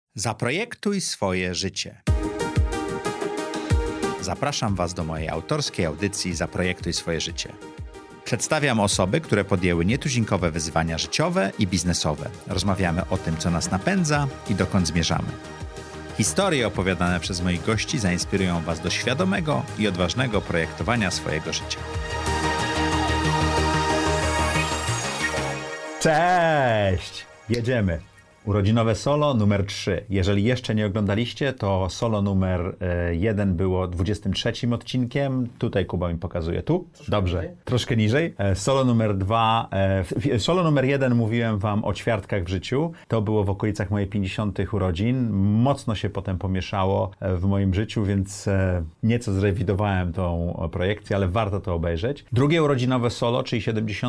Zaprojektuj swoje życie. Zapraszam Was do mojej autorskiej audycji Zaprojektuj swoje życie. Przedstawiam osoby, które podjęły nietuzinkowe wyzwania życiowe i biznesowe. Rozmawiamy o tym, co nas napędza i dokąd zmierzamy. Historie opowiadane przez moich gości zainspirują Was do świadomego i odważnego projektowania swojego życia. Cześć! Jedziemy. Urodzinowe solo numer 3. Jeżeli jeszcze nie oglądaliście, to solo numer 1 było 23 odcinkiem. Tutaj Kuba mi pokazuje. Tu? Dobrze. Troszkę niżej. Solo numer 2. Solo numer 1 mówiłem Wam o ćwiartkach w życiu. To było w okolicach mojej 50. urodzin. Mocno się potem pomieszało w moim życiu, więc nieco zrewidowałem tą projekcję, ale warto to obejrzeć. Drugie urodzinowe solo, czyli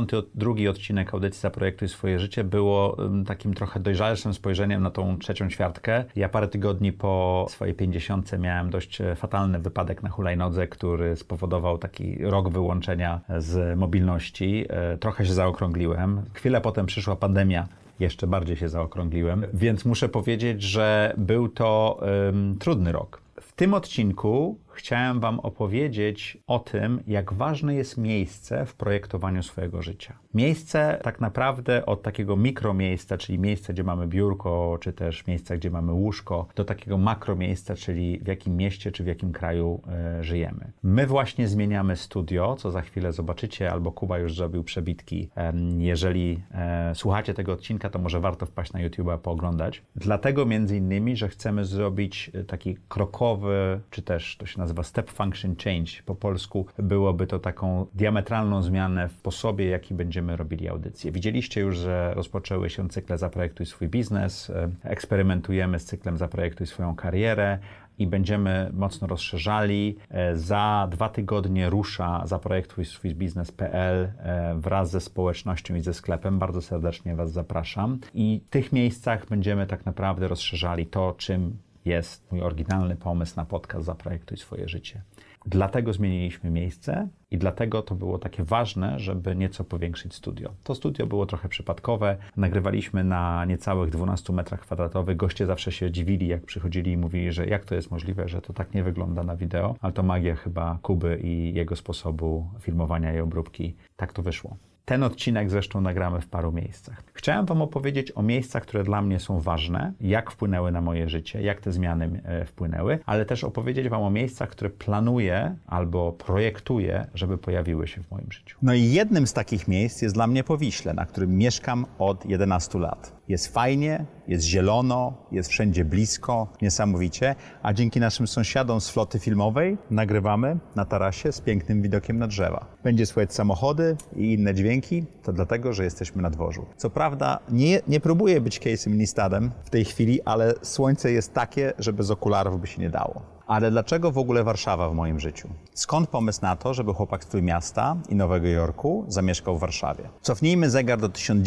72 odcinek audycji Zaprojektuj swoje życie, było takim trochę dojrzalszym spojrzeniem na tą trzecią ćwiartkę. Ja parę tygodni po swojej 50 miałem dość fatalny wypadek na hulajnodze, który spowodował taki rok wyłączenia z mobilności. Trochę się zaokrągliłem. Chwilę potem przyszła pandemia. Jeszcze bardziej się zaokrągliłem, więc muszę powiedzieć, że był to trudny rok. W tym odcinku chciałem Wam opowiedzieć o tym, jak ważne jest miejsce w projektowaniu swojego życia. Miejsce tak naprawdę od takiego mikromiejsca, czyli miejsca, gdzie mamy biurko, czy też miejsca, gdzie mamy łóżko, do takiego makromiejsca, czyli w jakim mieście, czy w jakim kraju żyjemy. My właśnie zmieniamy studio, co za chwilę zobaczycie, albo Kuba już zrobił przebitki. Jeżeli słuchacie tego odcinka, to może warto wpaść na YouTube'a pooglądać. Dlatego między innymi, że chcemy zrobić taki krokowy, czy też to się nazywa step function change. Po polsku byłoby to taką diametralną zmianę w sposobie, jaki będziemy robili audycje. Widzieliście już, że rozpoczęły się cykle Zaprojektuj swój biznes, eksperymentujemy z cyklem Zaprojektuj swoją karierę i będziemy mocno rozszerzali. Za 2 tygodnie rusza Zaprojektuj swój biznes.pl wraz ze społecznością i ze sklepem. Bardzo serdecznie Was zapraszam. I w tych miejscach będziemy tak naprawdę rozszerzali to, czym jest mój oryginalny pomysł na podcast Zaprojektuj swoje życie. Dlatego zmieniliśmy miejsce i dlatego to było takie ważne, żeby nieco powiększyć studio. To studio było trochę przypadkowe. Nagrywaliśmy na niecałych 12 metrach kwadratowych. Goście zawsze się dziwili, jak przychodzili i mówili, że jak to jest możliwe, że to tak nie wygląda na wideo. Ale to magia chyba Kuby i jego sposobu filmowania i obróbki. Tak to wyszło. Ten odcinek zresztą nagramy w paru miejscach. Chciałem Wam opowiedzieć o miejscach, które dla mnie są ważne, jak wpłynęły na moje życie, jak te zmiany wpłynęły, ale też opowiedzieć Wam o miejscach, które planuję albo projektuję, żeby pojawiły się w moim życiu. No i jednym z takich miejsc jest dla mnie Powiśle, na którym mieszkam od 11 lat. Jest fajnie, jest zielono, jest wszędzie blisko, niesamowicie, a dzięki naszym sąsiadom z floty filmowej nagrywamy na tarasie z pięknym widokiem na drzewa. Będzie słychać samochody i inne dźwięki, to dlatego, że jesteśmy na dworzu. Co prawda nie próbuję być Casey'm Neistat'em w tej chwili, ale słońce jest takie, że bez okularów by się nie dało. Ale dlaczego w ogóle Warszawa w moim życiu? Skąd pomysł na to, żeby chłopak z Trójmiasta i Nowego Jorku zamieszkał w Warszawie? Cofnijmy zegar do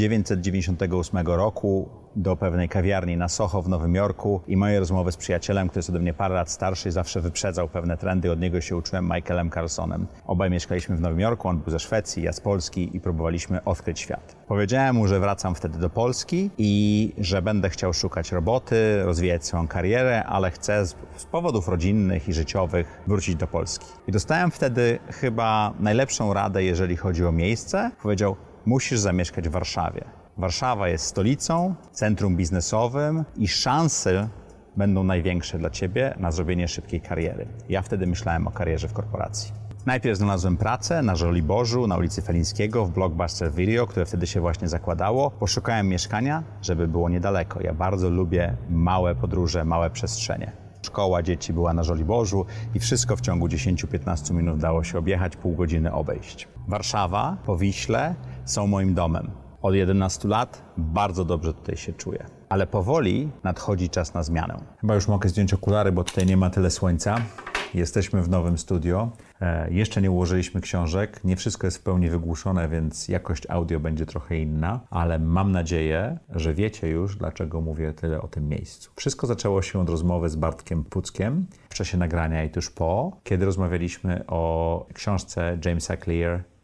1998 roku, do pewnej kawiarni na Soho w Nowym Jorku i moje rozmowy z przyjacielem, który jest ode mnie parę lat starszy i zawsze wyprzedzał pewne trendy. Od niego się uczyłem, Michaelem Carlsonem. Obaj mieszkaliśmy w Nowym Jorku, on był ze Szwecji, ja z Polski i próbowaliśmy odkryć świat. Powiedziałem mu, że wracam wtedy do Polski i że będę chciał szukać roboty, rozwijać swoją karierę, ale chcę z powodów rodzinnych i życiowych wrócić do Polski. I dostałem wtedy chyba najlepszą radę, jeżeli chodzi o miejsce. Powiedział, musisz zamieszkać w Warszawie. Warszawa jest stolicą, centrum biznesowym i szanse będą największe dla Ciebie na zrobienie szybkiej kariery. Ja wtedy myślałem o karierze w korporacji. Najpierw znalazłem pracę na Żoliborzu, na ulicy Felińskiego w Blockbuster Video, które wtedy się właśnie zakładało. Poszukałem mieszkania, żeby było niedaleko. Ja bardzo lubię małe podróże, małe przestrzenie. Szkoła dzieci była na Żoliborzu i wszystko w ciągu 10-15 minut dało się objechać, pół godziny obejść. Warszawa, Powiśle są moim domem. Od 11 lat bardzo dobrze tutaj się czuję. Ale powoli nadchodzi czas na zmianę. Chyba już mogę zdjąć okulary, bo tutaj nie ma tyle słońca. Jesteśmy w nowym studio. Jeszcze nie ułożyliśmy książek. Nie wszystko jest w pełni wygłuszone, więc jakość audio będzie trochę inna. Ale mam nadzieję, że wiecie już, dlaczego mówię tyle o tym miejscu. Wszystko zaczęło się od rozmowy z Bartkiem Puckiem w czasie nagrania i tuż po, kiedy rozmawialiśmy o książce Jamesa Clear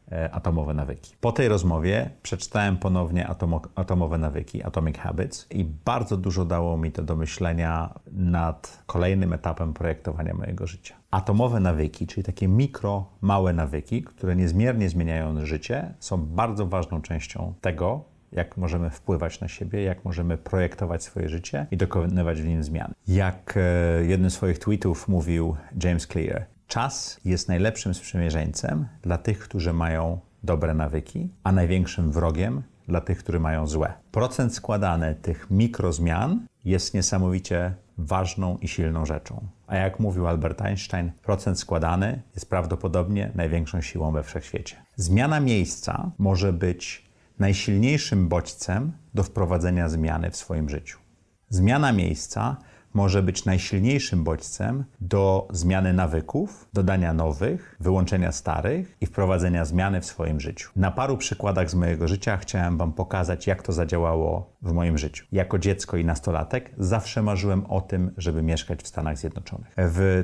Atomowe nawyki. Po tej rozmowie przeczytałem ponownie Atomowe nawyki, Atomic Habits i bardzo dużo dało mi to do myślenia nad kolejnym etapem projektowania mojego życia. Atomowe nawyki, czyli takie małe nawyki, które niezmiernie zmieniają życie, są bardzo ważną częścią tego, jak możemy wpływać na siebie, jak możemy projektować swoje życie i dokonywać w nim zmian. Jak jednym z swoich tweetów mówił James Clear, czas jest najlepszym sprzymierzeńcem dla tych, którzy mają dobre nawyki, a największym wrogiem dla tych, którzy mają złe. Procent składany tych mikrozmian jest niesamowicie ważną i silną rzeczą. A jak mówił Albert Einstein, procent składany jest prawdopodobnie największą siłą we wszechświecie. Zmiana miejsca może być najsilniejszym bodźcem do wprowadzenia zmiany w swoim życiu. Zmiana miejsca może być najsilniejszym bodźcem do zmiany nawyków, dodania nowych, wyłączenia starych i wprowadzenia zmiany w swoim życiu. Na paru przykładach z mojego życia chciałem Wam pokazać, jak to zadziałało w moim życiu. Jako dziecko i nastolatek zawsze marzyłem o tym, żeby mieszkać w Stanach Zjednoczonych. W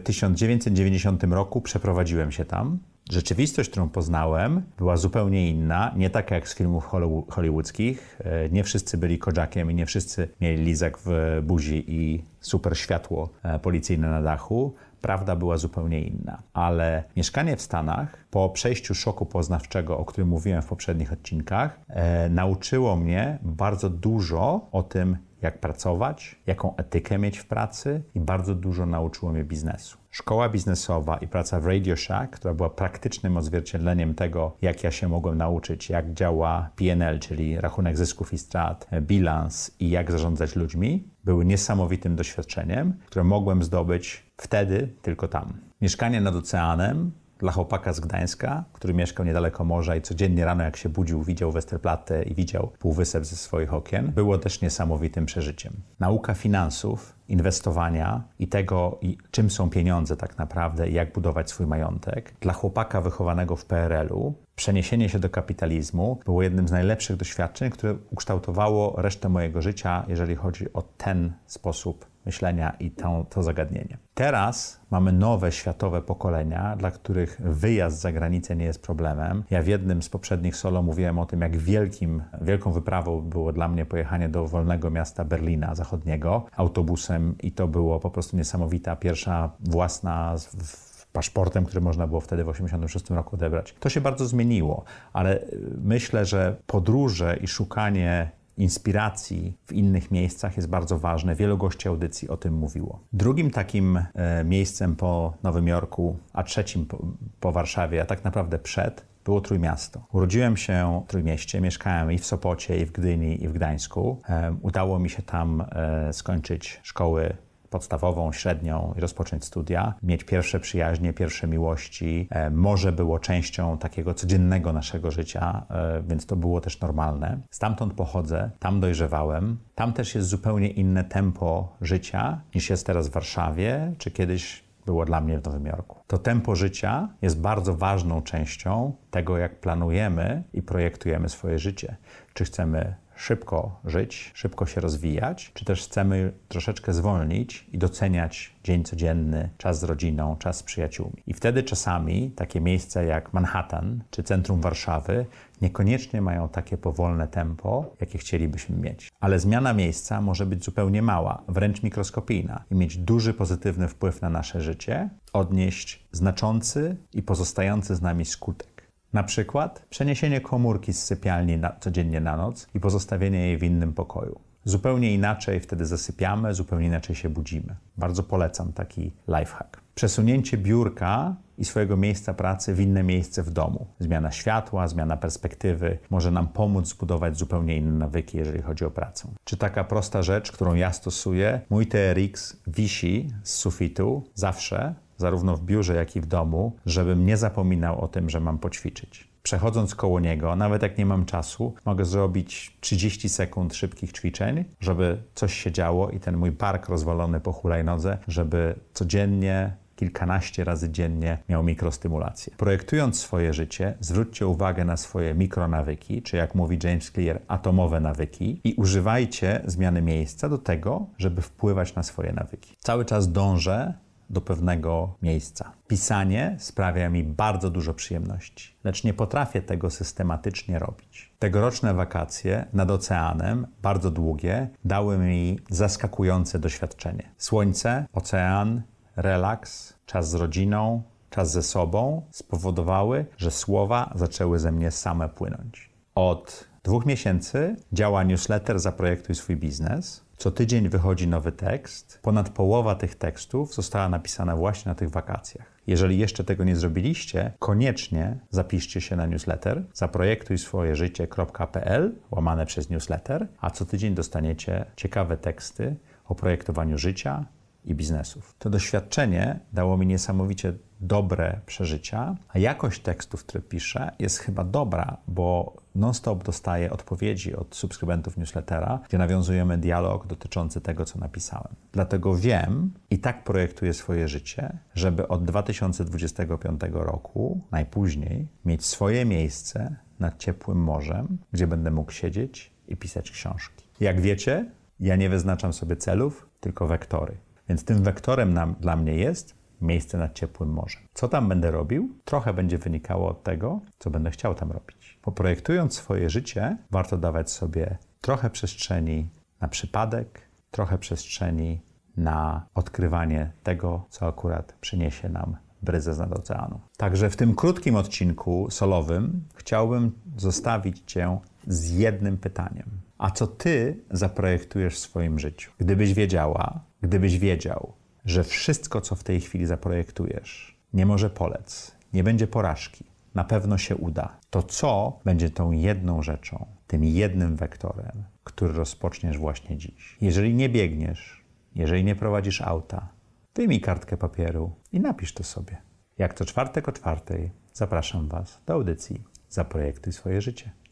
1990 roku przeprowadziłem się tam. Rzeczywistość, którą poznałem, była zupełnie inna, nie taka jak z filmów hollywoodzkich. Nie wszyscy byli Kojakiem i nie wszyscy mieli lizak w buzi i super światło policyjne na dachu. Prawda była zupełnie inna. Ale mieszkanie w Stanach, po przejściu szoku poznawczego, o którym mówiłem w poprzednich odcinkach, nauczyło mnie bardzo dużo o tym, jak pracować, jaką etykę mieć w pracy i bardzo dużo nauczyło mnie biznesu. Szkoła biznesowa i praca w Radio Shack, która była praktycznym odzwierciedleniem tego, jak ja się mogłem nauczyć, jak działa P&L, czyli rachunek zysków i strat, bilans i jak zarządzać ludźmi, były niesamowitym doświadczeniem, które mogłem zdobyć wtedy tylko tam. Mieszkanie nad oceanem dla chłopaka z Gdańska, który mieszkał niedaleko morza i codziennie rano jak się budził, widział Westerplatte i widział półwysep ze swoich okien, było też niesamowitym przeżyciem. Nauka finansów, inwestowania i tego, czym są pieniądze tak naprawdę i jak budować swój majątek. Dla chłopaka wychowanego w PRL-u przeniesienie się do kapitalizmu było jednym z najlepszych doświadczeń, które ukształtowało resztę mojego życia, jeżeli chodzi o ten sposób myślenia i to zagadnienie. Teraz mamy nowe światowe pokolenia, dla których wyjazd za granicę nie jest problemem. Ja w jednym z poprzednich solo mówiłem o tym, jak wielką wyprawą było dla mnie pojechanie do wolnego miasta Berlina Zachodniego autobusem i to było po prostu niesamowita pierwsza własna paszportem, który można było wtedy w 1986 roku odebrać. To się bardzo zmieniło, ale myślę, że podróże i szukanie inspiracji w innych miejscach jest bardzo ważne. Wielu gości audycji o tym mówiło. Drugim takim miejscem po Nowym Jorku, a trzecim po Warszawie, a tak naprawdę było Trójmiasto. Urodziłem się w Trójmieście, mieszkałem i w Sopocie, i w Gdyni, i w Gdańsku. Udało mi się tam skończyć szkoły podstawową, średnią i rozpocząć studia, mieć pierwsze przyjaźnie, pierwsze miłości. Morze było częścią takiego codziennego naszego życia, więc to było też normalne. Stamtąd pochodzę, tam dojrzewałem. Tam też jest zupełnie inne tempo życia niż jest teraz w Warszawie, czy kiedyś było dla mnie w Nowym Jorku. To tempo życia jest bardzo ważną częścią tego, jak planujemy i projektujemy swoje życie. Czy chcemy szybko żyć, szybko się rozwijać, czy też chcemy troszeczkę zwolnić i doceniać dzień codzienny, czas z rodziną, czas z przyjaciółmi. I wtedy czasami takie miejsca jak Manhattan czy centrum Warszawy niekoniecznie mają takie powolne tempo, jakie chcielibyśmy mieć. Ale zmiana miejsca może być zupełnie mała, wręcz mikroskopijna i mieć duży pozytywny wpływ na nasze życie, odnieść znaczący i pozostający z nami skutek. Na przykład przeniesienie komórki z sypialni codziennie na noc i pozostawienie jej w innym pokoju. Zupełnie inaczej wtedy zasypiamy, zupełnie inaczej się budzimy. Bardzo polecam taki lifehack. Przesunięcie biurka i swojego miejsca pracy w inne miejsce w domu. Zmiana światła, zmiana perspektywy może nam pomóc zbudować zupełnie inne nawyki, jeżeli chodzi o pracę. Czy taka prosta rzecz, którą ja stosuję, mój TRX wisi z sufitu zawsze, zarówno w biurze, jak i w domu, żebym nie zapominał o tym, że mam poćwiczyć. Przechodząc koło niego, nawet jak nie mam czasu, mogę zrobić 30 sekund szybkich ćwiczeń, żeby coś się działo i ten mój park rozwalony po hulajnodze, żeby codziennie, kilkanaście razy dziennie miał mikrostymulację. Projektując swoje życie, zwróćcie uwagę na swoje mikronawyki, czy jak mówi James Clear, atomowe nawyki i używajcie zmiany miejsca do tego, żeby wpływać na swoje nawyki. Cały czas dążę do pewnego miejsca. Pisanie sprawia mi bardzo dużo przyjemności, lecz nie potrafię tego systematycznie robić. Tegoroczne wakacje nad oceanem, bardzo długie, dały mi zaskakujące doświadczenie. Słońce, ocean, relaks, czas z rodziną, czas ze sobą spowodowały, że słowa zaczęły ze mnie same płynąć. Od 2 miesięcy działa newsletter Zaprojektuj swój biznes. Co tydzień wychodzi nowy tekst. Ponad połowa tych tekstów została napisana właśnie na tych wakacjach. Jeżeli jeszcze tego nie zrobiliście, koniecznie zapiszcie się na newsletter zaprojektujswojeżycie.pl/newsletter, a co tydzień dostaniecie ciekawe teksty o projektowaniu życia i biznesów. To doświadczenie dało mi niesamowicie dobre przeżycia, a jakość tekstów, które piszę, jest chyba dobra, bo non-stop dostaję odpowiedzi od subskrybentów newslettera, gdzie nawiązujemy dialog dotyczący tego, co napisałem. Dlatego wiem i tak projektuję swoje życie, żeby od 2025 roku, najpóźniej, mieć swoje miejsce nad ciepłym morzem, gdzie będę mógł siedzieć i pisać książki. Jak wiecie, ja nie wyznaczam sobie celów, tylko wektory. Więc tym wektorem dla mnie jest miejsce nad ciepłym morzem. Co tam będę robił? Trochę będzie wynikało od tego, co będę chciał tam robić. Bo projektując swoje życie, warto dawać sobie trochę przestrzeni na przypadek, trochę przestrzeni na odkrywanie tego, co akurat przyniesie nam bryzę z nad oceanu. Także w tym krótkim odcinku solowym chciałbym zostawić Cię z jednym pytaniem. A co Ty zaprojektujesz w swoim życiu? Gdybyś wiedział, że wszystko, co w tej chwili zaprojektujesz, nie może polec, nie będzie porażki, na pewno się uda, to co będzie tą jedną rzeczą, tym jednym wektorem, który rozpoczniesz właśnie dziś? Jeżeli nie biegniesz, jeżeli nie prowadzisz auta, wyjmij kartkę papieru i napisz to sobie. Jak co czwartek o 4:00 zapraszam Was do audycji Zaprojektuj swoje życie.